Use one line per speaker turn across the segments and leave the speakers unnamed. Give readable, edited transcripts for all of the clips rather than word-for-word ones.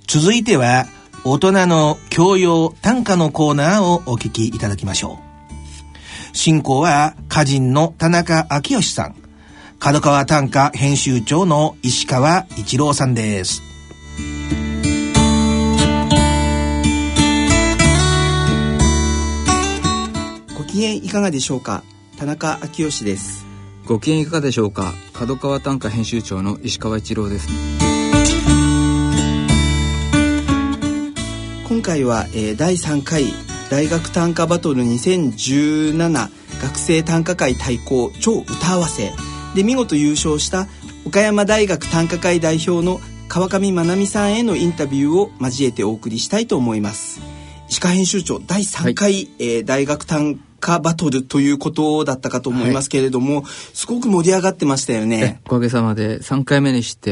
続いては大人の教養短歌のコーナーをお聞きいただきましょう。進行は歌人の田中昭義さん、角川短歌編集長の石川一郎さんです。
ご機嫌いかがでしょうか。田中昭義です。
ご機嫌いかがでしょうか。角川短歌編集長の石川一郎です。
今回は、第3回大学短歌バトル2017学生短歌会対抗超歌合わせで見事優勝した岡山大学短歌会代表の川上まなみさんへのインタビューを交えてお送りしたいと思います。石川編集長、第3回、大学短歌バトルということだったかと思いますけれども、すごく盛り上がってましたよね。
おかげさまで3回目にして、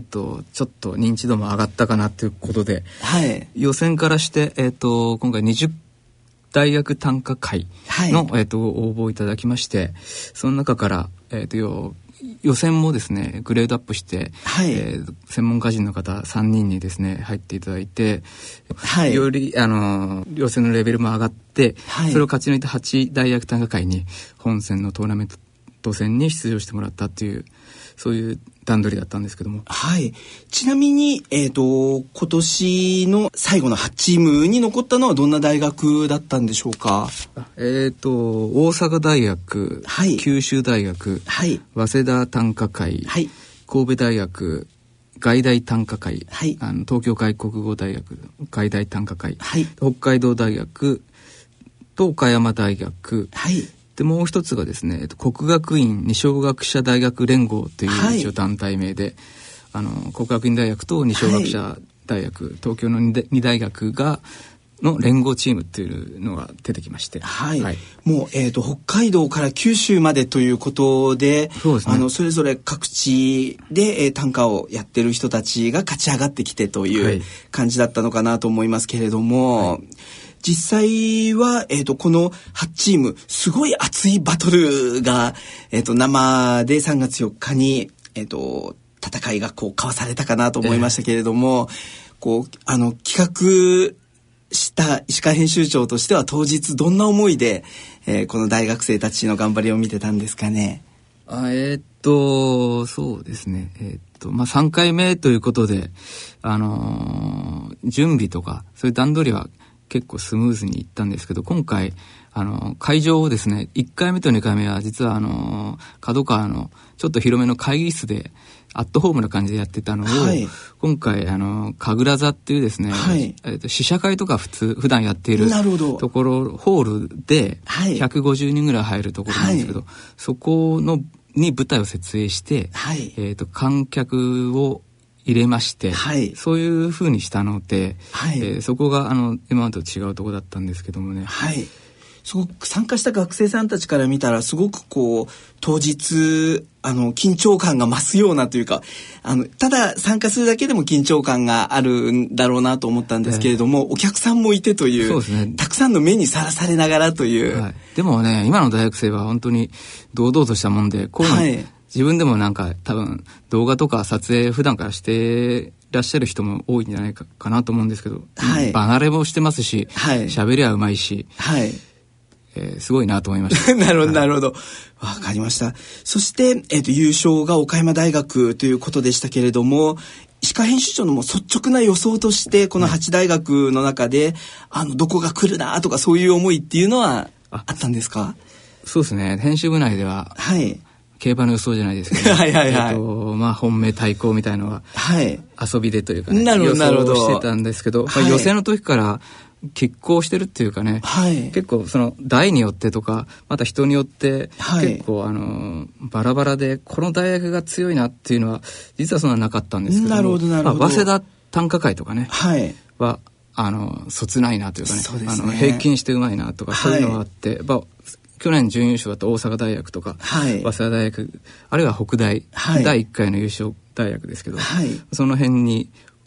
ちょっと認知度も上がったかなということで、予選からして、今回20大学短歌会の、応募いただきまして、その中から、予選もですねグレードアップして、専門歌人の方3人にですね入っていただいて、より予選のレベルも上がって、それを勝ち抜いた8大学短歌会に本戦のトーナメント戦に出場してもらったっていう、そういう段取りだったんですけども、
ちなみに、今年の最後の8チームに残ったのはどんな大学だったんでしょうか。
大阪大学、九州大学、早稲田短歌会、神戸大学外大短歌会、東京外国語大学外大短歌会、北海道大学と岡山大学、でもう一つがですね、国学院二松学舎大学連合という一応団体名で、国学院大学と二松学舎大学、東京の2大学の連合チームっていうのが出てきまして、もう、北海道から九州までということで、それぞれ各地で、短歌をやってる人たちが勝ち上がってきてという感じだったのかなと思いますけれども、実際は、この8チームすごい熱いバトルが、生で3月4日に、戦いが交わされたかなと思いましたけれども、企画した石川編集長としては当日どんな思いで、この大学生たちの頑張りを見てたんですかね。 そうですね。3回目ということで、準備とかそういう段取りは結構スムーズにいったんですけど、今回会場をですね1回目と2回目は実は角川のちょっと広めの会議室でアットホームな感じでやってたのを、今回神楽座っていうですね、試写会とか普段やっているところホールで150人ぐらい入るところなんですけど、そこに舞台を設営して、観客を入れまして、そういう風にしたので、そこが今までと違うところだったんですけどもね、
すごく参加した学生さんたちから見たらすごく当日緊張感が増すようなというか、ただ参加するだけでも緊張感があるんだろうなと思ったんですけれども、お客さんもいてという、たくさんの目にさらされながらという、
でもね今の大学生は本当に堂々としたもんで、こういうの、自分でもなんか多分動画とか撮影普段からしてらっしゃる人も多いんじゃないかなと思うんですけど、離れもしてますし、喋りはうまいし、すごいなと思いました。
なるほど。わかりました。そして、優勝が岡山大学ということでしたけれども、石川編集長のもう率直な予想として、この8大学の中で、どこが来るなとかそういう思いっていうのはあったんですか？
そうですね。編集部内では、競馬の予想じゃないですけど、本命対抗みたいなのは、遊びでというかね、予想してたんですけど、予選の時から拮抗してるっていうかね、結構その代によってとかまた人によって、結構バラバラでこの大学が強いなっていうのは実はそんななかったんですけども、早稲田短歌会とかね、はそつないなというかね、平均してうまいなとか、そういうのがあって、去年準優勝だった大阪大学とか、早稲田大学、あるいは北大、第1回の優勝大学ですけど、その辺に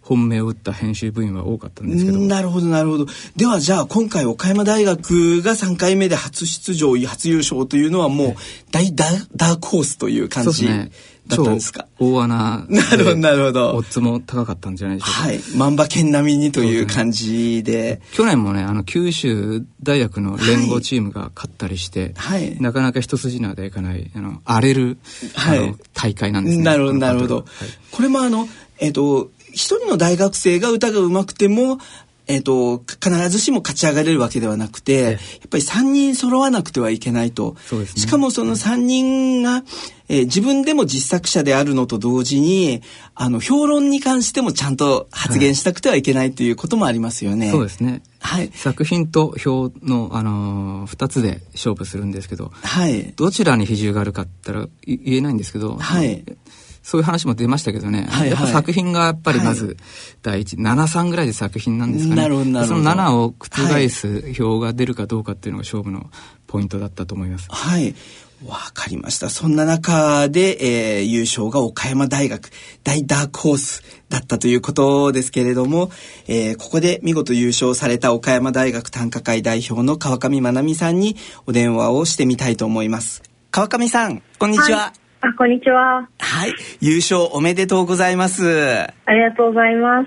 本命を打った編集部員は多かったんですけど。
なるほどなるほど。ではじゃあ今回岡山大学が3回目で初出場初優勝というのはもう大ダークホースという感じだったんですか。
大穴で。
なるほど。
オッズも高かったんじゃないでしょうか。
はい。万馬券並みにという感じで。
去年もね九州大学の連合チームが勝ったりして、はい、なかなか一筋縄でいかない荒れる、はい、大会なんですね。
なるほどなるほど。はい、これも一人の大学生が歌が上手くても、必ずしも勝ち上がれるわけではなくて、やっぱり3人揃わなくてはいけないと。
そうですね。
しかもその3人が、自分でも実作者であるのと同時に、評論に関してもちゃんと発言したくてはいけないということもありますよね。
そうですね。
はい。
作品と評の、2つで勝負するんですけど、
はい。
どちらに比重があるかって言ったら言えないんですけど、
はい。
そういう話も出ましたけどね、はいはい、やっぱ作品がやっぱりまず第一、はい、7-3ぐらいで作品なんですかね。
なるほど。
その7を覆す票が出るかどうかっていうのが勝負のポイントだったと思います。
はい、わかりました。そんな中で、優勝が岡山大学大ダークホースだったということですけれども、ここで見事優勝された岡山大学短歌会代表の川上愛美さんにお電話をしてみたいと思います。川上さん、こんにちは。
はい、こんにちは。
はい、優勝おめでとうございます。
ありがとうございます。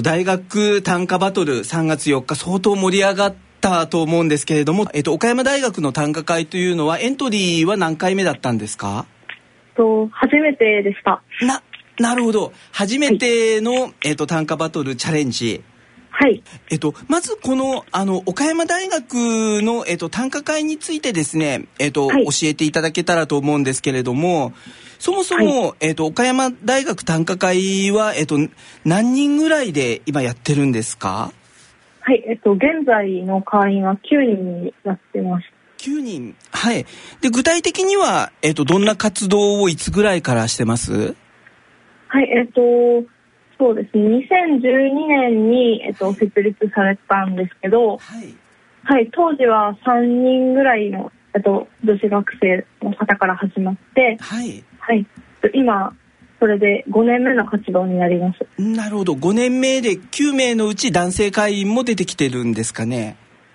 大学短歌バトル3月4日相当盛り上がったと思うんですけれども、岡山大学の短歌会というのはエントリーは何回目だったんですか？
初めてでした。
なるほど。初めての、短歌バトルチャレンジ。
はい。
まずこの岡山大学の短歌会についてですね、はい、教えていただけたらと思うんですけれども、そもそも、はい、岡山大学短歌会は何人ぐらいで今やってるんですか？
はい、現在の会員は9人になってます。
9人。はい。で、具体的にはどんな活動をいつぐらいからしてます？
はい、そうですね。2012年に、設立されたんですけど、はい。はい、当時は3人ぐらいの、女子学生の方から始まって、はい。はい。今、それで5年目の活動になります。
なるほど。5年目で9名のうち男性会員も出てきてるんですかね？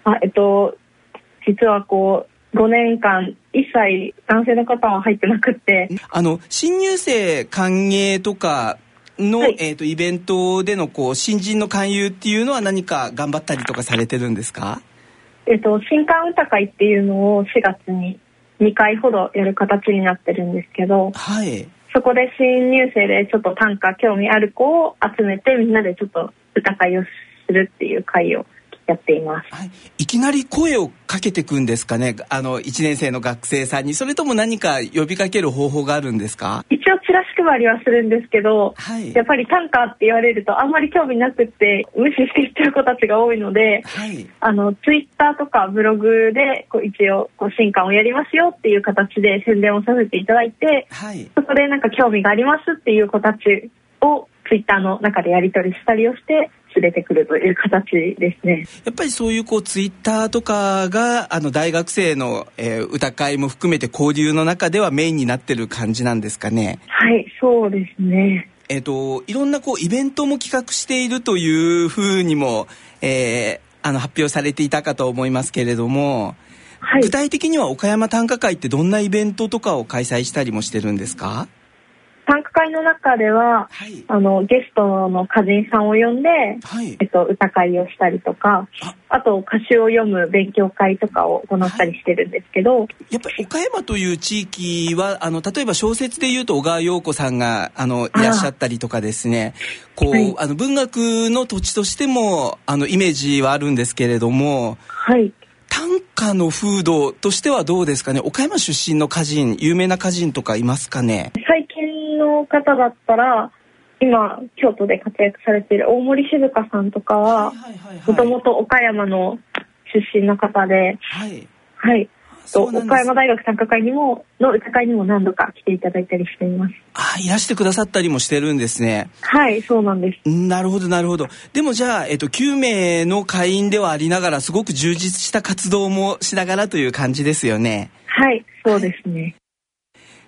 実は5年間一切男性の方は入ってなくって。
新入生歓迎とか、の、はい、イベントでの新人の勧誘っていうのは何か頑張ったりとかされてるんですか？
新刊歌会っていうのを4月に2回ほどやる形になってるんですけど、はい、そこで新入生でちょっと短歌興味ある子を集めてみんなでちょっと歌会をするっていう会をやっています。
はい、いきなり声をかけてくんですかね、1年生の学生さんに。それとも何か呼びかける方法があるんですか？
一応チラシ配りはするんですけど、はい、やっぱり短歌って言われるとあんまり興味なくって無視していっちゃう子たちが多いので、はい、ツイッターとかブログで一応新刊をやりますよっていう形で宣伝をさせていただいて、はい、そこでなんか興味がありますっていう子たちをツイッターの中でやり取りしたりをして連れてくるという形ですね。
やっぱりそういうツイッターとかが大学生の、歌会も含めて交流の中ではメインになってる感じなんですかね？
はい、そうですね。
いろんなイベントも企画しているというふうにも、発表されていたかと思いますけれども、はい、具体的には岡山短歌会ってどんなイベントとかを開催したりもしてるんですか？
短歌会の中では、はい、ゲストの歌人さんを呼んで、はい、歌会をしたりとか、あと歌詞を読む勉強会とかを行ったりしてるんですけど、はい、
やっぱり岡山という地域は例えば小説でいうと小川陽子さんがいらっしゃったりとかですね、はい、文学の土地としてもイメージはあるんですけれども、はい、短歌の風土としてはどうですかね？岡山出身の歌人、有名な歌人とかいますかね？
最近の方だったら今京都で活躍されている大森静香さんとかはもともと岡山の出身の方で、はいはい、岡山大学短歌会の歌会にも何度か来ていただいたりしています。
いらしてくださったりもしてるんですね。
はい、そうなんです。
なるほどなるほど。でもじゃあ、9名の会員ではありながらすごく充実した活動もしながらという感じですよね。
はい、そうですね。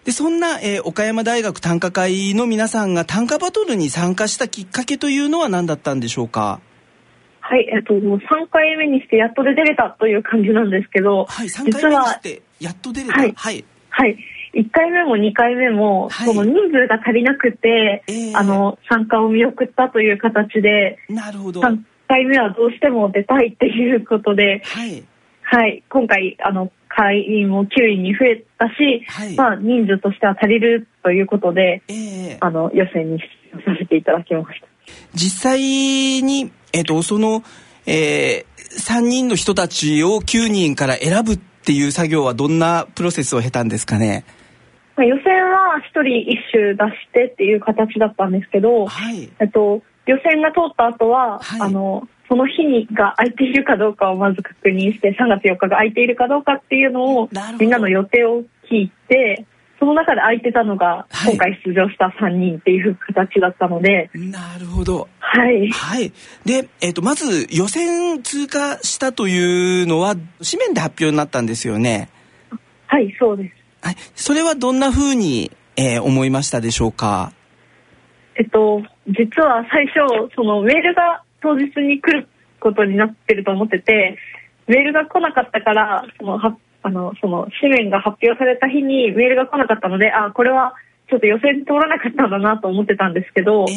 でそんな、岡山大学短歌会の皆さんが短歌バトルに参加したきっかけというのは何だったんでしょうか？
はい、もう3回目にしてやっと出れたという感じなんですけど、
はい、3回目にしてやっと出れた。
はい、はい、はい、1回目も2回目も、はい、その人数が足りなくて、参加を見送ったという形で、
なるほど。
3回目はどうしても出たいっていうことで、
はい、
はい、今回会員も9人に増えたし、はい、まあ人数としては足りるということで、予選に出場させていただきました。
実際にその、3人の人たちを9人から選ぶっていう作業はどんなプロセスを経たんですかね？
予選は1人1周出してっていう形だったんですけど、
はい、
予選が通った後は、
はい、
その日が空いているかどうかをまず確認して、3月4日が空いているかどうかっていうのをみんなの予定を聞いて、その中で空いてたのが今回出場した3人っていう形だったので、
はい、なるほど。
はい、
はい、で、まず予選通過したというのは紙面で発表になったんですよね？
はい、そうです。
はい、それはどんな風に、思いましたでしょうか？
実は最初そのメールが当日に来ることになってると思ってて、メールが来なかったからその紙面が発表された日にメールが来なかったので、これはちょっと予選通らなかったんだなと思ってたんですけど、はい、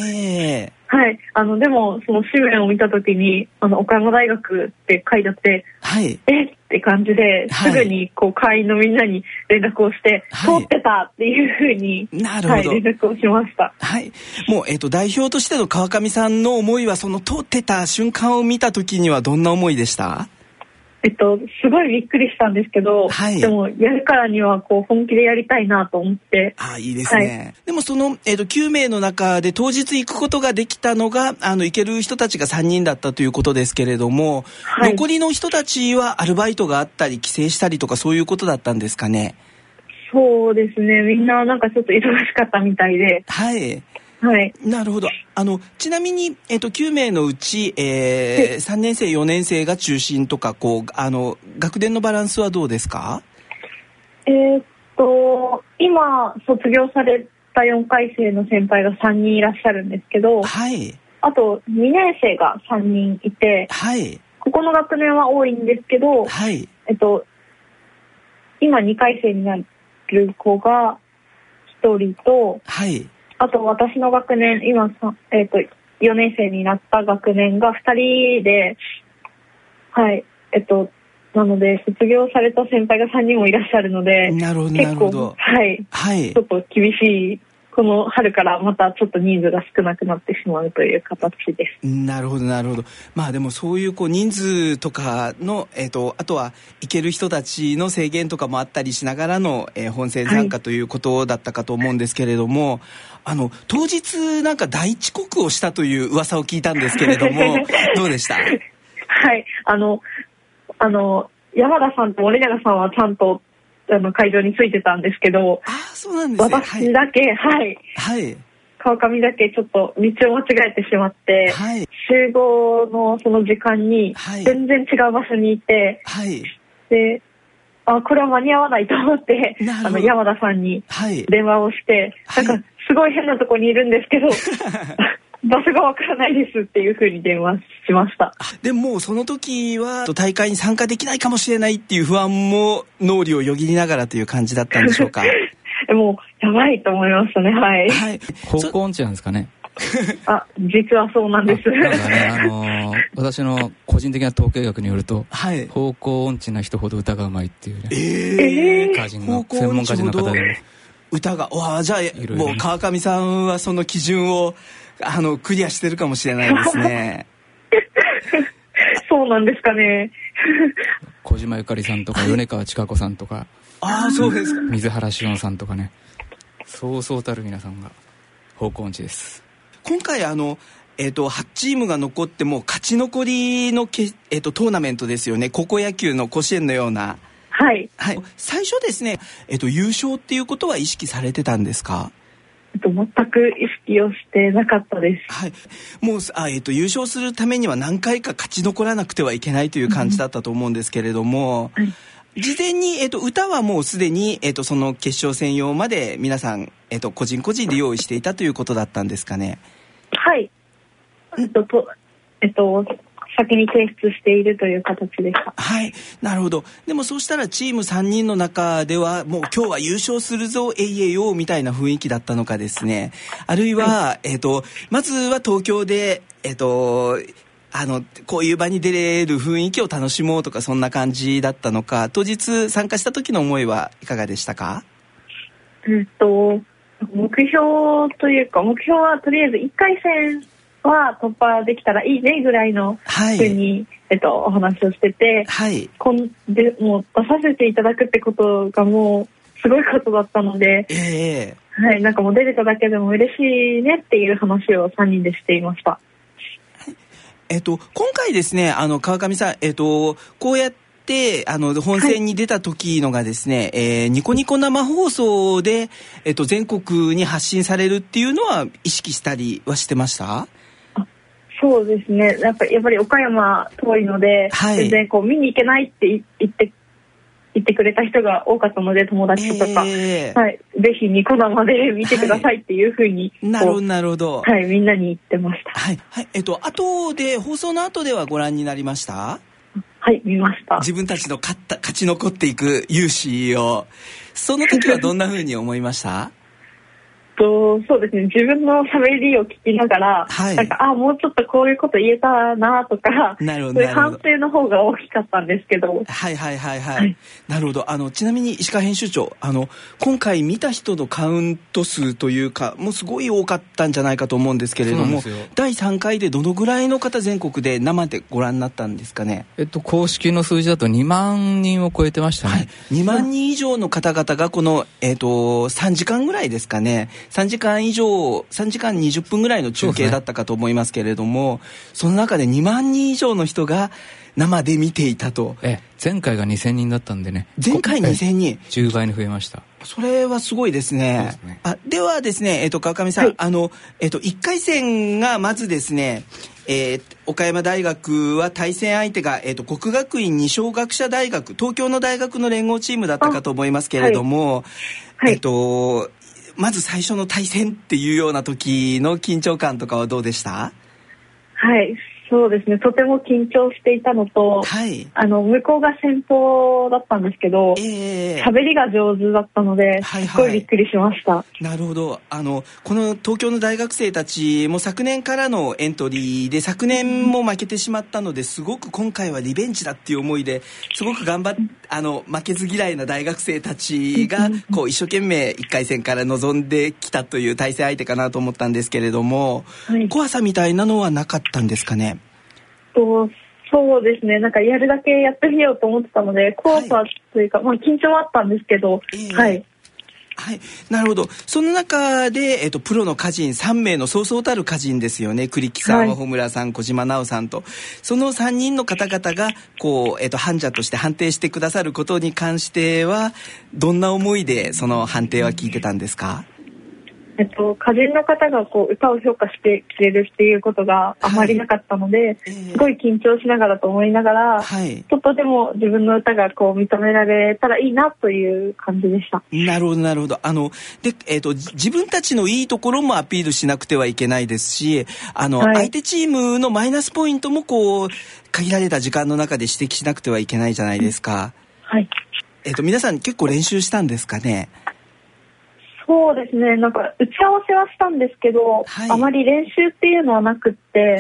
でもその紙面を見た時に岡山大学って書いてあって、
はい、
って感じで、すぐに会員のみんなに連絡をして、はい、通ってたっていうふうに、
なるほど、
はい、連絡をしました。
はい、もう、代表としての川上さんの思いは、その通ってた瞬間を見た時にはどんな思いでした？
すごいびっくりしたんですけど、
はい、
でもやるからには本気でやりたいなと思って。
いいですね。はい、でもその、9名の中で当日行くことができたのが行ける人たちが3人だったということですけれども、はい、残りの人たちはアルバイトがあったり帰省したりとかそういうことだったんですかね？
そうですね、みんななんかちょっと忙しかったみたいで、
はい、
はい、
なるほど。ちなみに、9名のうち、3年生4年生が中心とか学年のバランスはどうですか？
今卒業された4回生の先輩が3人いらっしゃるんですけど、
はい、
あと2年生が3人いて、
はい、
ここの学年は多いんですけど、
はい、
今2回生になる子が1人と、
はい、あ
と私の学年、今、4年生になった学年が2人で、はい、なので卒業された先輩が3人もいらっしゃるので、
なるほど、
結構、はい、はい、ちょっと厳しい、この春からまたちょっと人数が少なくなってしまうという形です。
なるほど、なるほど。まあでもそういう人数とかの、あとは行ける人たちの制限とかもあったりしながらの、本戦参加ということだったかと思うんですけれども、はい、当日なんか大遅刻をしたという噂を聞いたんですけれどもどうでした？はい、
山田さんと森永さんはちゃんと会場についてたんですけど、
そうなんですね、
私だけ、はい、はい、川上だけちょっと道を間違えてしまって、はい、集合のその時間に全然違う場所にいて、はい、で、これは間に合わないと思って山田さんに電話をして、はい、なんかすごい変なとこにいるんですけど場所がわからないですっていう風に電話しました。
でもその時は大会に参加できないかもしれないっていう不安も脳裏をよぎりながらという感じだったんでしょうか？
もうやばいと思いましたね。はい、
はい、方向音痴なんですかね？
実はそうなんです。
だからね、私の個人的な統計学によると、はい、方向音痴な人ほど歌がうまいっていうね、専門家人の方でね、
歌が、じゃあもう川上さんはその基準をクリアしてるかもしれないですね。
そうなんですかね。
小島ゆかりさんとか米川千佳子さんとか、
そうですか。
水原しおんさんとかね、そうそうたる皆さんが方向音痴です。
今回8チームが残っても勝ち残りのトーナメントですよね。高校野球の甲子園のような。
はい、
はい、最初ですね、優勝っていうことは意識されてたんですか？
全く意識をしてなかったです。
はい、もう優勝するためには何回か勝ち残らなくてはいけないという感じだったと思うんですけれども、 事前に、歌はもうすでに、その決勝戦用まで皆さん、個人個人で用意していたということだったんですかね。
はい。先に提出しているという形でした。
はい。なるほど。でもそうしたらチーム3人の中ではもう今日は優勝するぞ、えいえいよみたいな雰囲気だったのかですね。あるいは、まずは東京で、こういう場に出れる雰囲気を楽しもうとかそんな感じだったのか、当日参加した時の思いはいかがでしたか？
目標というか、目標はとりあえず1回戦は突破できたらいいねぐらいのふうに、お話をしてて、
はい、
でもう出させていただくってことがもうすごいことだったので、はい、なんかもう出れただけでも嬉しいねっていう話を3人でしていました。
今回ですね、川上さん、こうやって本戦に出た時のがですね、ニコニコ生放送で、全国に発信されるっていうのは意識したりはしてました？
そうですね。やっぱり岡山遠いので、はい、全然見に行けないって言ってくれた人が多かったので、友達とか、はい、ぜひニコ生で見てくださいっていうふうに、
なるほど、
はい、みんなに言ってました。
はい、はい、放送の後ではご覧になりました？
はい、見ました。
自分たちの勝ち残っていく勇姿を、その時はどんなふうに思いました？
そうですね、自分の喋りを聞きながら、はい、なんかもうちょっとこういうこと言えたなとか、そういう反省の方が大きかったんですけど。
はい、なるほど。ちなみに石川編集長、今回見た人のカウント数というかもうすごい多かったんじゃないかと思うんですけれども、第3回でどのぐらいの方全国で生でご覧になったんですかね？
公式の数字だと2万人を超えてましたね。はい、
2万人以上の方々がこの、3時間ぐらいですかね、3時間20分ぐらいの中継だったかと思いますけれども、 その中で2万人以上の人が生で見ていたと。
前回が2000人だったんでね。
前回2000人、
10倍に増えました。
それはすごいですね。ではですね、川上さん、はい、1回戦がまずですね、岡山大学は対戦相手が、國學院二松学舎大学、東京の大学の連合チームだったかと思いますけれども、はい、まず最初の対戦っていうような時の緊張感とかはどうでした？
はい、そうですね、とても緊張していたのと、はい、向こうが先鋒だったんですけど、喋りが上手だったので、すごいびっくりしました。
なるほど。この東京の大学生たちも昨年からのエントリーで、昨年も負けてしまったので、すごく今回はリベンジだっていう思いですごく頑張って負けず嫌いな大学生たちが一生懸命1回戦から臨んできたという対戦相手かなと思ったんですけれども、はい、怖さみたいなのはなかったんですかね？
そうですね、なんかやるだけやってみようと思ってたので、怖さというか、緊張はあったんですけど、はい。
はい、なるほど。その中で、プロの歌人3名のそうそうたる歌人ですよね。栗木さん、穂村さん、小島奈緒さんと、その3人の方々が判者として判定してくださることに関しては、どんな思いでその判定は聞いてたんですか？
歌人の方が歌を評価してくれるっていうことがあまりなかったので、すごい緊張しながらと思いながら、ちょっとでも自分の歌が認められたらいいなという感じでした。
なるほどなるほど。で、自分たちのいいところもアピールしなくてはいけないですし、相手チームのマイナスポイントも限られた時間の中で指摘しなくてはいけないじゃないですか。はい。皆さん結構練習したんですかね？
そうですね、なんか打ち合わせはしたんですけど、あまり練習っていうのはなくって、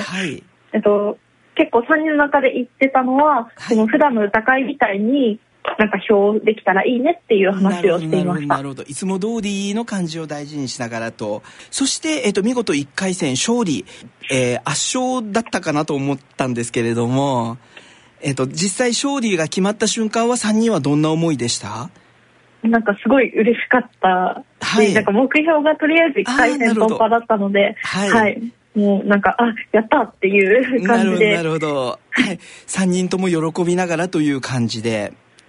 結構3人の中で言ってたのは、その普段の歌会みたいになんか表できたらいいねっていう話をしていました。
なるほど。いつも通りの感じを大事にしながらと。そして、見事1回戦勝利、圧勝だったかなと思ったんですけれども、実際勝利が決まった瞬間は3人はどんな思いでした？
なんかすごい嬉しかったし、なんか目標がとりあえず1回戦突破だったので、もうなんかやったっていう感じで。
なるほど。はい、3人とも喜びながらという感じで。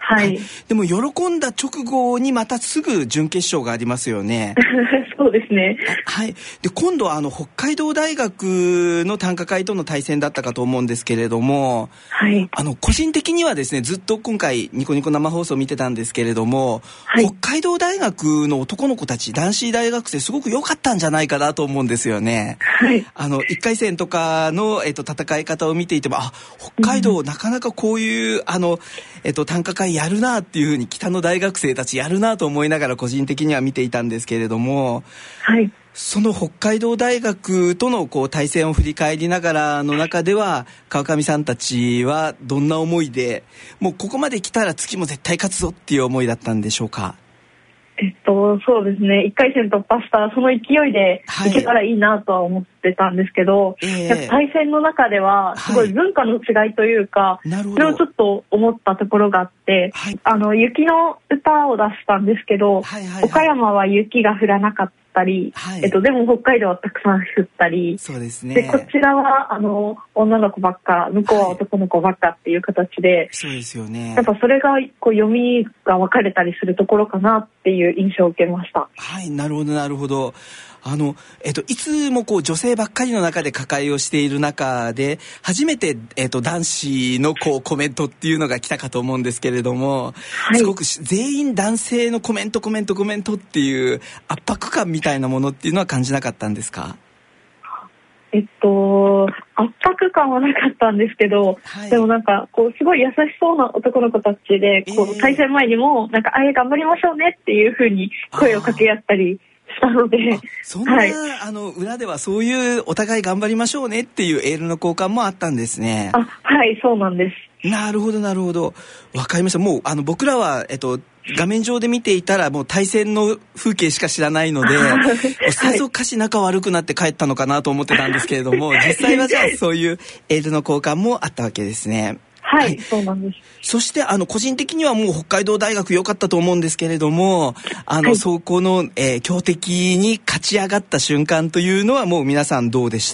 はい。
でも喜んだ直後にまたすぐ準決勝がありますよね。
そうですね。
はい。で、今度は北海道大学の短歌会との対戦だったかと思うんですけれども、
はい。
個人的にはですね、ずっと今回ニコニコ生放送を見てたんですけれども、はい、北海道大学の男の子たち、男子大学生すごく良かったんじゃないかなと思うんですよね。
はい。
1回戦とかの、戦い方を見ていても、北海道、なかなかこういう、短歌会やるなっていうふうに北の大学生たちやるなと思いながら個人的には見ていたんですけれども、
はい。
その北海道大学との対戦を振り返りながらの中では、川上さんたちはどんな思いで、もうここまで来たら次も絶対勝つぞっていう思いだったんでしょうか？
そうですね。1回戦突破したその勢いでいけたらいいなとは思ってたんですけど、やっぱ対戦の中ではすごい文化の違いというか、それをちょっと思ったところがあって、雪の歌を出したんですけど、岡山は雪が降らなかったり、でも北海道はたくさん降ったり、
そうですね。
でこちらは女の子ばっか、向こうは男の子ばっかっていう形で、
そうですよね。
やっぱそれが読みが分かれたりするところかなっていう印象を受けました。
はい、なるほどなるほど。いつも女性ばっかりの中で抱えをしている中で初めて、男子のコメントっていうのが来たかと思うんですけれども、はい、すごく全員男性のコメントっていう圧迫感みたいなものっていうのは感じなかったんですか？
圧迫感はなかったんですけど、はい、でもなんかすごい優しそうな男の子たちで対戦前にもなんか頑張りましょうねっていう風に声を掛け合ったりしたので、
そんな、はい、裏ではそういうお互い頑張りましょうねっていうエールの交換もあったんですね。
はい、そうなんです。
なるほどなるほど、わかりました。もう僕らは画面上で見ていたらもう対戦の風景しか知らないので、さぞかし仲悪くなって帰ったのかなと思ってたんですけれども、実際はじゃあそういうエールの交換もあったわけですね。
はい、そうなんです。
そして個人的にはもう北海道大学良かったと思うんですけれども、そこの、強敵に勝ち上がった瞬間というのはもう皆さんどうでした？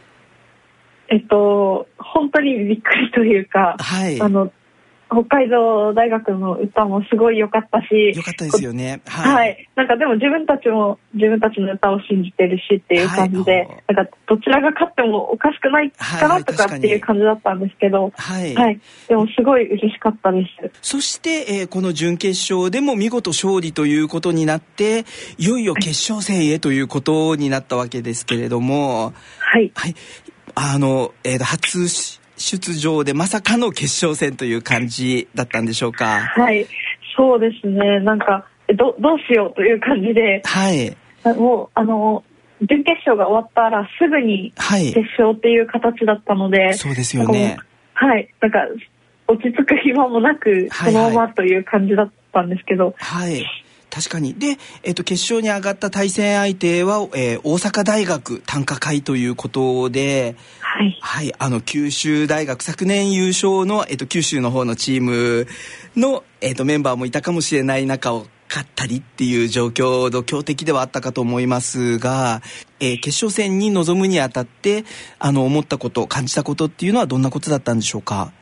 本当にびっくりというか、はい、北海道大学の歌もすごい良かったし、
良かったですよね。
はい。なんかでも自分たちも自分たちの歌を信じてるしっていう感じで、はい、なんかどちらが勝ってもおかしくないかなとかっていう感じだったんですけど、はい。はい。でもすごい嬉しかったです。
そして、この準決勝でも見事勝利ということになって、いよいよ決勝戦へということになったわけですけれども、
はい。
はい。初出場でまさかの決勝戦という感じだったんでしょうか？
はい、そうですね。なんかどうしようという感じで、
はい、
もう準決勝が終わったらすぐに決勝っていう形だったので、はい、
そうですよね。
はい、なんか落ち着く暇もなくそのままという感じだったんですけど、
はい、はい、確かに。で、決勝に上がった対戦相手は、大阪大学短歌会ということで、
はい。
はい、九州大学、昨年優勝の、九州の方のチームの、メンバーもいたかもしれない中を勝ったりっていう状況の強敵ではあったかと思いますが、決勝戦に臨むにあたって、思ったこと、感じたことっていうのはどんなことだったんでしょうか？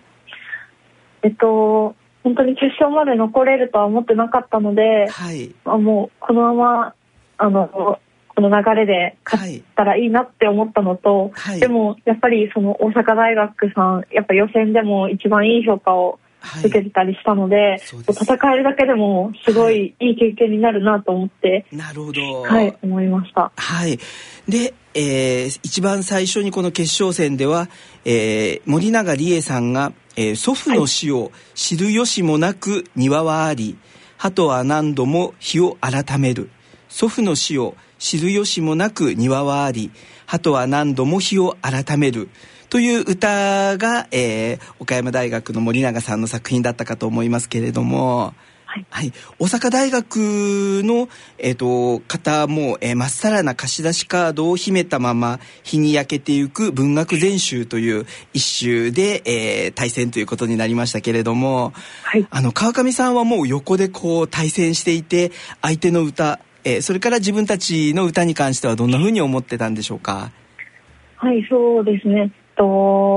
本当に決勝まで残れるとは思ってなかったので、
はい、
もうこのままこの流れで勝ったらいいなって思ったのと、はい、でもやっぱりその大阪大学さんやっぱ予選でも一番いい評価を受けてたりしたので、はい、戦えるだけでもすごいいい経験になるなと思って、はい、
なるほど、
はい、思いました。
はい。で、一番最初にこの決勝戦では、森永理恵さんが、祖父の死を知る由もなく庭はあり、鳩は何度も日を改める。祖父の死を知る由もなく庭はあり、鳩は何度も日を改めるという歌が、岡山大学の森永さんの作品だったかと思いますけれども、はいはい、大阪大学の、方も、まっさらな貸し出しカードを秘めたまま日に焼けてゆく文学全集という一首で、対戦ということになりましたけれども、はい、川上さんはもう横で対戦していて、相手の歌、それから自分たちの歌に関してはどんなふうに思ってたんでしょうか？
はい、そうですね。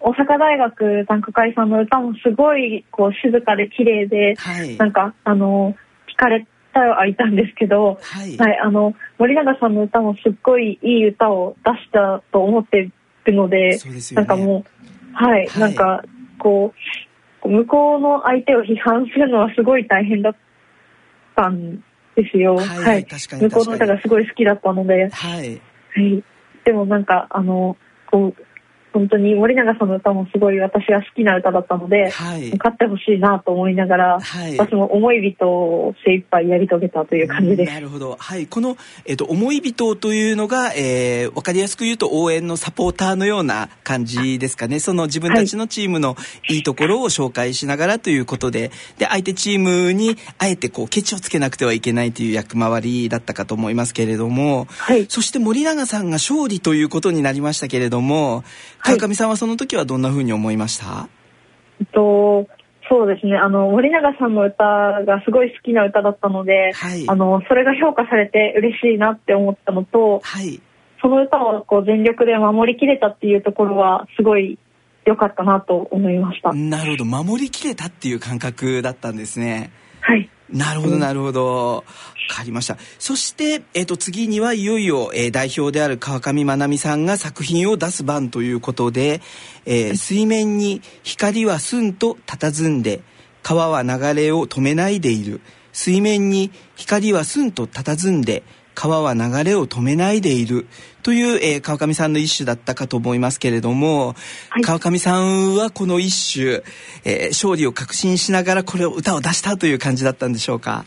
大阪大学短歌会さんの歌もすごいこう静かで綺麗で、はい、なんか聞かれたはいたんですけど、はいはい、森永さんの歌もすっごいいい歌を出したと思ってるので、そうですよね、なんかもう、はい、はい、なんかこう向こうの相手を批判するのはすごい大変だったんですよ。はい、はい、確かに向こうの歌がすごい好きだったので、はい、はい、でもなんかこう本当に森永さんの歌もすごい私が好きな歌だったので、はい、勝ってほしいなと思いながら、はい、私も思い人を精一杯やり遂げたという感じです。
なるほど、はい、この、思い人というのが、分かりやすく言うと応援のサポーターのような感じですかね。その自分たちのチームのいいところを紹介しながらということで、で相手チームにあえてこうケチをつけなくてはいけないという役回りだったかと思いますけれども、はい、そして森永さんが勝利ということになりましたけれども、川上さんはその時はどんな風に思いました？
そうですね、森永さんの歌がすごい好きな歌だったので、はい、それが評価されて嬉しいなって思ったのと、はい、その歌をこう全力で守りきれたっていうところはすごい良かったなと思いました。
なるほど、守りきれたっていう感覚だったんですね。
はい、
なるほどなるほど、分かりました。そして、次にはいよいよ、代表である川上まなみさんが作品を出す番ということで、水面に光はすんと佇んで川は流れを止めないでいる。水面に光はすんと佇んで川は流れを止めないでいるという、川上さんの一首だったかと思いますけれども、はい、川上さんはこの一首、勝利を確信しながらこれを歌を出したという感じだったんでしょうか？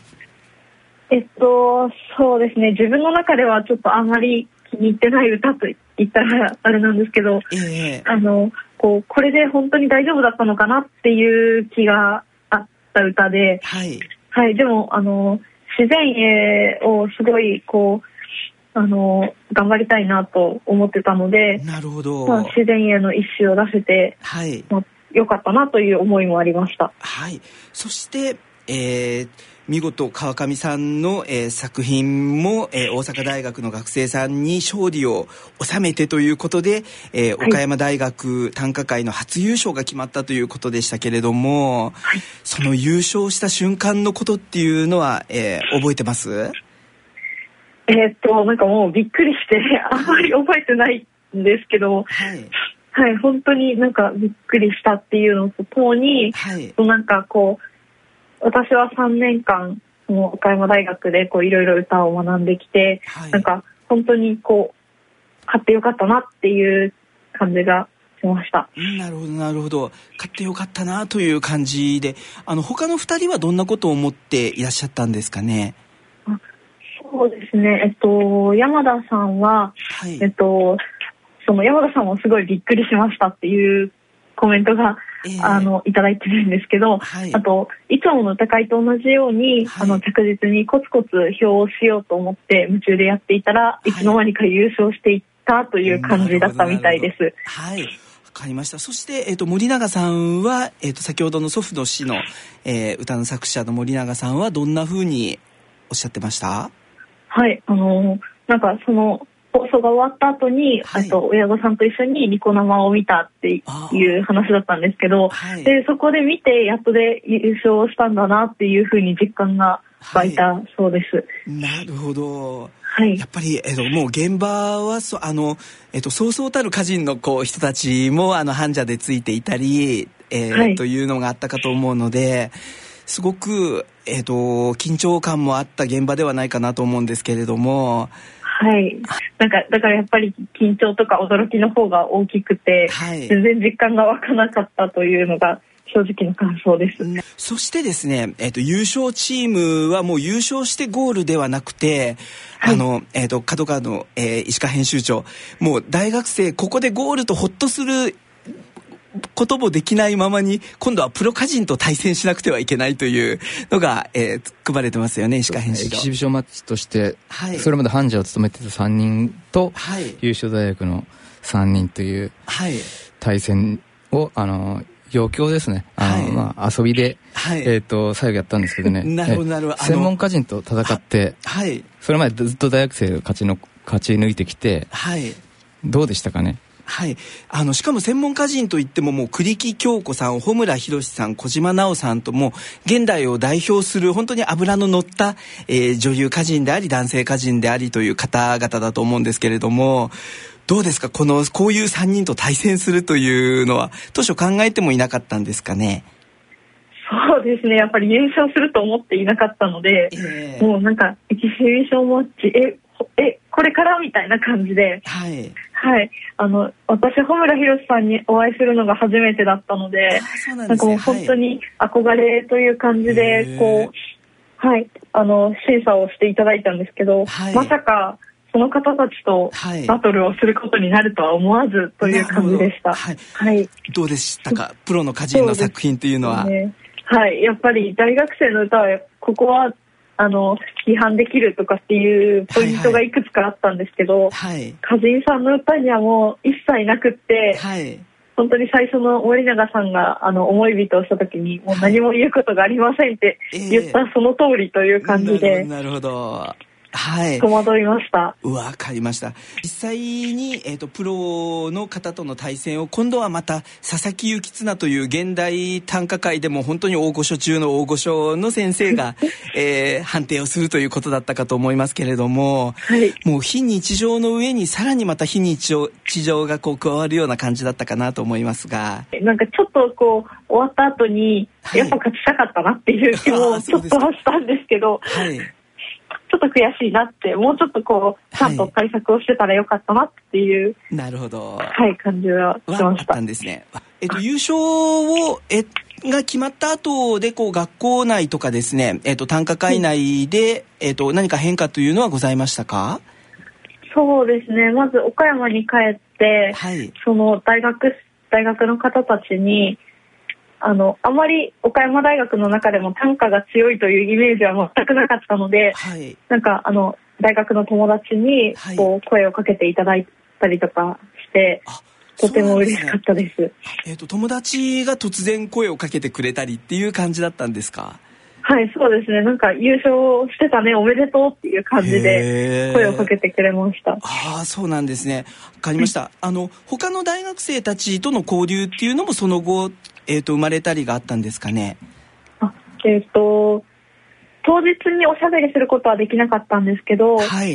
そうですね、自分の中ではちょっとあんまり気に入ってない歌と言ったらあれなんですけど、これで本当に大丈夫だったのかなっていう気があった歌で、はい、はい、でも自然栄をすごい頑張りたいなと思ってたので、
なるほど、
自然栄の一首を出せて、はい、よかったなという思いもありました。
はい、そして、見事川上さんの、作品も、大阪大学の学生さんに勝利を収めてということで、岡山大学短歌会の初優勝が決まったということでしたけれども、はい、その優勝した瞬間のことっていうのは、覚えてます？
なんかもうびっくりしてあんまり覚えてないんですけど、はい、はい、本当になんかびっくりしたっていうのとともに、はい、なんか私は3年間岡山大学でいろいろ歌を学んできて、はい、なんか本当に勝ってよかったなっていう感じがしました。
なるほどなるほど、勝ってよかったなという感じで、他の2人はどんなことを思っていらっしゃったんですかね？
そうですね、山田さんは、はい、その山田さんもすごいびっくりしましたっていうコメントがいただいてるんですけど、はい、あといつもの歌会と同じように、はい、着実にコツコツ票をしようと思って夢中でやっていたら、はい、いつの間にか優勝していったという感じだったみたいです。
はい、わかりました。そして、森永さんは、先ほどの祖父の詩の、歌の作者の森永さんはどんな風におっしゃってました？はい、
なんかその放送が終わった後に、はい、親御さんと一緒にニコ生を見たっていう話だったんですけど、はい、でそこで見てやっとで優勝したんだなっていうふうに実感が湧いたそうです。
なるほど、はい、やっぱり、もう現場はそうそうたる歌人の人たちも繁盛でついていたり、はい、というのがあったかと思うので、すごく、緊張感もあった現場ではないかなと思うんですけれども、
はい、だからやっぱり緊張とか驚きの方が大きくて、はい、全然実感が湧かなかったというのが正直な感想です。
そしてですね、優勝チームはもう優勝してゴールではなくて、はい、角川の、石川編集長、もう大学生ここでゴールとホッとすることもできないままに今度はプロ歌人と対戦しなくてはいけないというのが、組まれてますよね、石川編集長。
エキシビションマッチとして、はい、それまで繁盛を務めてた3人と、はい、優秀大学の3人という対戦を余興ですね、はい、遊びで、はい、最後やったんですけどね、なるほどなるほど、専門歌人と戦って、はい、それまでずっと大学生を勝ち抜いてきて、はい、どうでしたかね？
はい、しかも専門歌人といってももう栗木京子さん、穂村弘さん、小島奈緒さんとも現代を代表する本当に脂の乗った、女優歌人であり男性歌人でありという方々だと思うんですけれども、どうですか、こういう3人と対戦するというのは当初考えてもいなかったんですかね。
そうですね、やっぱり優勝すると思っていなかったので、もうなんかエキシビションマッチこれからみたいな感じで、はい、はい、私穂村弘さんにお会いするのが初めてだったので、なんかもう本当に憧れという感じでこう、はい、審査をしていただいたんですけど、はい、まさかその方たちとバトルをすることになるとは思わずという感じでした。はいはい、ど
うでしたか、プロの歌人の作品というのは。
はい、やっぱり大学生の歌はここは批判できるとかっていうポイントがいくつかあったんですけど、はい、歌人さんの歌にはもう一切なくって、はい、本当に最初の森永さんが思い人をした時にもう何も言うことがありませんって言ったその通りという感じで、
なるほど、はい、
戸惑いました。
わかりました。実際に、プロの方との対戦を今度はまた佐々木幸綱という現代短歌界でも本当に大御所中の大御所の先生が、判定をするということだったかと思いますけれども、はい、もう非日常の上にさらにまた非日常がこう加わるような感じだったかなと思いますが、
なんかちょっとこう終わった後に、はい、やっぱ勝ちたかったなっていう気もちょっとはしたんですけど、はい、ちょっと悔しいなって、もうちょっとこうちゃんと対策をしてたらよかったなっていう、
なるほど、
はい、感じはしました。
あったんですね。優勝をが決まった後でこう学校内とかですね、短歌会内で、何か変化というのはございましたか？
そうですね、まず岡山に帰って、はい、その大学の方たちにあまり岡山大学の中でも短歌が強いというイメージは全くなかったので、はい、なんか大学の友達にこう声をかけていただいたりとかして、はい、とても嬉しかったです。
友達が突然声をかけてくれたりっていう感じだったんですか？
はい、そうですね、なんか優勝してたね、おめでとうっていう感じで声をかけてくれました。
ああ、そうなんですね。わかりました。他の大学生たちとの交流っていうのもその後生まれたりがあったんですかね？
当日におしゃべりすることはできなかったんですけど、はい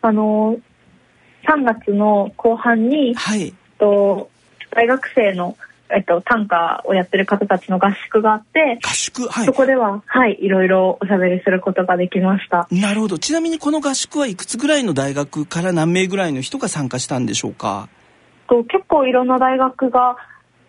、3月の後半に、はい、大学生の、短歌をやってる方たちの合宿があって、
合宿、はい、
そこでは、はい、いろいろおしゃべりすることができました。
なるほど。ちなみにこの合宿はいくつぐらいの大学から何名ぐらいの人が参加したんでしょうか？
結構いろんな大学が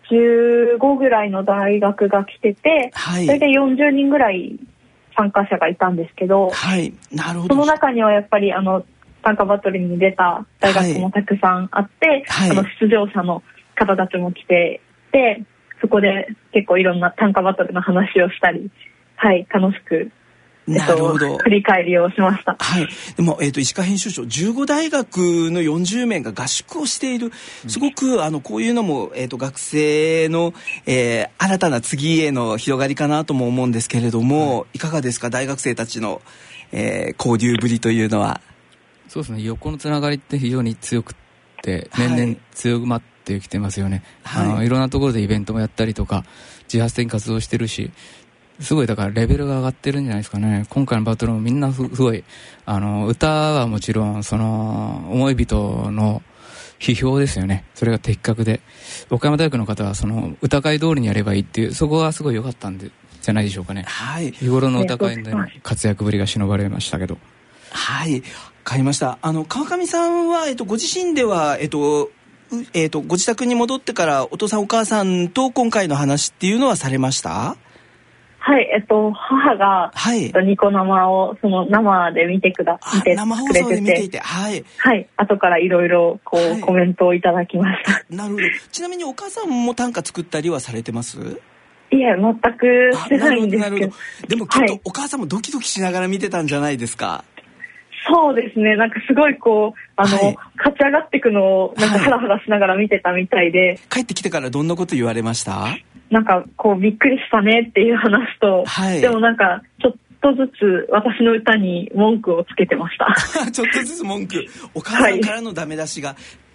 15ぐらいの大学が来てて、はい、大体40人ぐらい参加者がいたんですけど、はい、なるほど。その中にはやっぱり短歌バトルに出た大学もたくさんあって、はい、出場者の方たちも来てで、そこで結構いろんな短歌バトルの話をしたり、はい、楽しくなるほど、振り返りをしました。
はい、でも、石川編集長、15大学の40名が合宿をしている、すごくこういうのも、学生の、新たな次への広がりかなとも思うんですけれども、はい、いかがですか、大学生たちの、交流ぶりというのは。
そうですね、横のつながりって非常に強くって年々強まってきてますよね。はい、いろんなところでイベントもやったりとか自発的に活動してるし、すごいだからレベルが上がってるんじゃないですかね。今回のバトルもみんなすごい歌はもちろんその思い人の批評ですよね。それが的確で、岡山大学の方はその歌会通りにやればいいっていう、そこがすごい良かったんじゃないでしょうかね。はい、日頃の歌会での活躍ぶりが忍ばれましたけど。
はい、わかりました。川上さんは、ご自身では、ご自宅に戻ってからお父さんお母さんと今回の話っていうのはされました？
はい、母が、はい、ニコ生を生で見てくれてて、
生放送で見ていて、はい、
はい、後からいろいろこう、はい、コメントをいただきました。
なるほど。ちなみにお母さんも短歌作ったりはされてます？
いや、全くしてないんですけど。
なるほど。でもきっとお母さんもドキドキしながら見てたんじゃないですか？
そうですね、なんかすごいこうはい、勝ち上がっていくのをなんかハラハラしながら見てたみたいで、
帰ってきてからどんなこと言われました？
なんかこうびっくりしたねっていう話と、はい、でもなんかちょっとずつ私の歌に文句をつけてました。
ちょっとずつ文句、お母さんからのダメ出しが、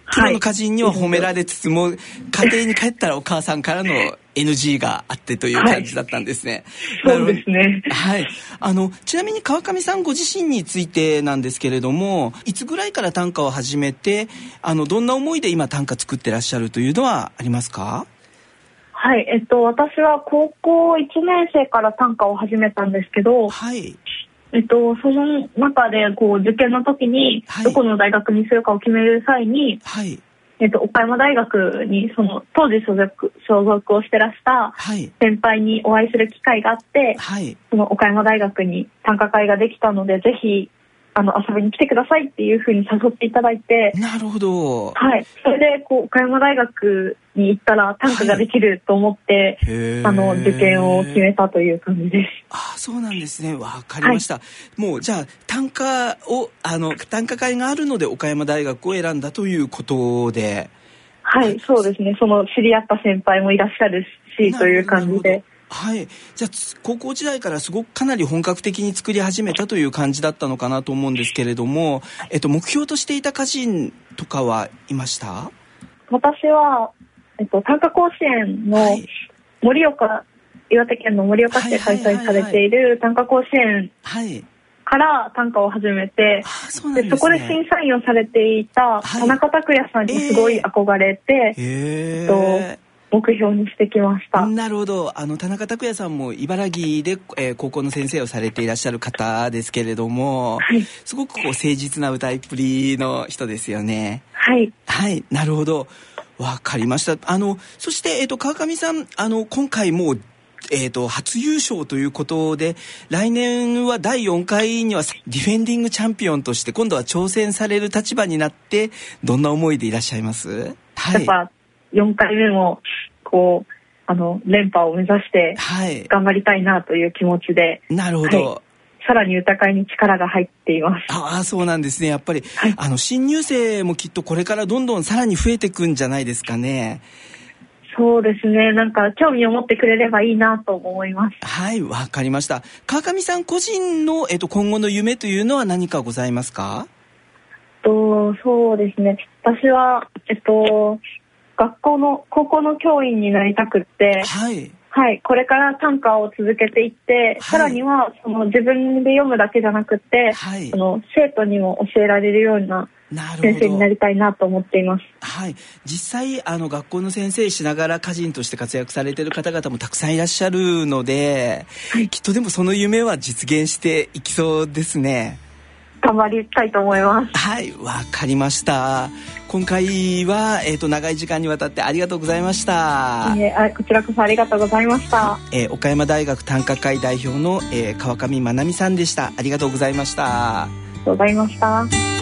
プロの歌人には褒められつつも、家庭に帰ったらお母さんからの NG があってという感じだったんですね。
そうですね。
はい。ちなみに川上さんご自身についてなんですけれども、いつぐらいから短歌を始めて、どんな思いで今短歌作ってらっしゃるというのはありますか？
はい、私は高校1年生から短歌を始めたんですけど、
はい。
その中で受験の時にどこの大学にするかを決める際に、
はい。
岡山大学に当時所属をしてらした先輩にお会いする機会があって、
はい、
その岡山大学に短歌会ができたので、ぜひ遊びに来てくださいっていうふうに誘っていただいて。
なるほど。
はい。それで岡山大学に行ったら短歌ができると思って、はい、受験を決めたという感じです。
あ、そうなんですね。わかりました。はい、もうじゃあ短歌会があるので岡山大学を選んだということで。
はい、そうですね。知り合った先輩もいらっしゃるしという感じで。
はい、じゃあ高校時代からすごくかなり本格的に作り始めたという感じだったのかなと思うんですけれども、目標としていた歌人とかはいました？
私は、短歌甲子園の岩手県の盛岡市で開催されている短歌甲子園から短歌を始めて、そこで審査員をされていた田中拓也さんにすごい憧れて、目標にしてきました。
なるほど。田中拓也さんも茨城で、高校の先生をされていらっしゃる方ですけれども、はい、すごく誠実な歌いっぷりの人ですよね。
はい。
はい、なるほど。わかりました。そして、川上さん、今回も初優勝ということで、来年は第4回にはディフェンディングチャンピオンとして今度は挑戦される立場になって、どんな思いでいらっしゃいます？
はい。やっぱ4回目も連覇を目指して頑張りたいなという気持ちで、
なるほど、
はい、さらに歌会に力が入っています。
ああ、そうなんですね。やっぱり、はい、新入生もきっとこれからどんどんさらに増えていくんじゃないですかね。
そうですね。なんか興味を持ってくれればいいなと思います。
はい、わかりました。川上さん個人の、今後の夢というのは何かございますか？
そうですね。私は高校の教員になりたくって、
はい、
はい、これから短歌を続けていって、はい、さらには自分で読むだけじゃなくて、はい、生徒にも教えられるような先生になりたいなと思っています。
はい、実際学校の先生しながら歌人として活躍されている方々もたくさんいらっしゃるので、はい、きっとでもその夢は実現していきそうですね。
頑張りたいと思います。
はい、わかりました。今回は、長い時間にわたってありがとうございました。
こちらこそありがとうございました。
岡山大学短歌会代表の、川上まなみさんでした。ありがとうございました。
ありがとうございました。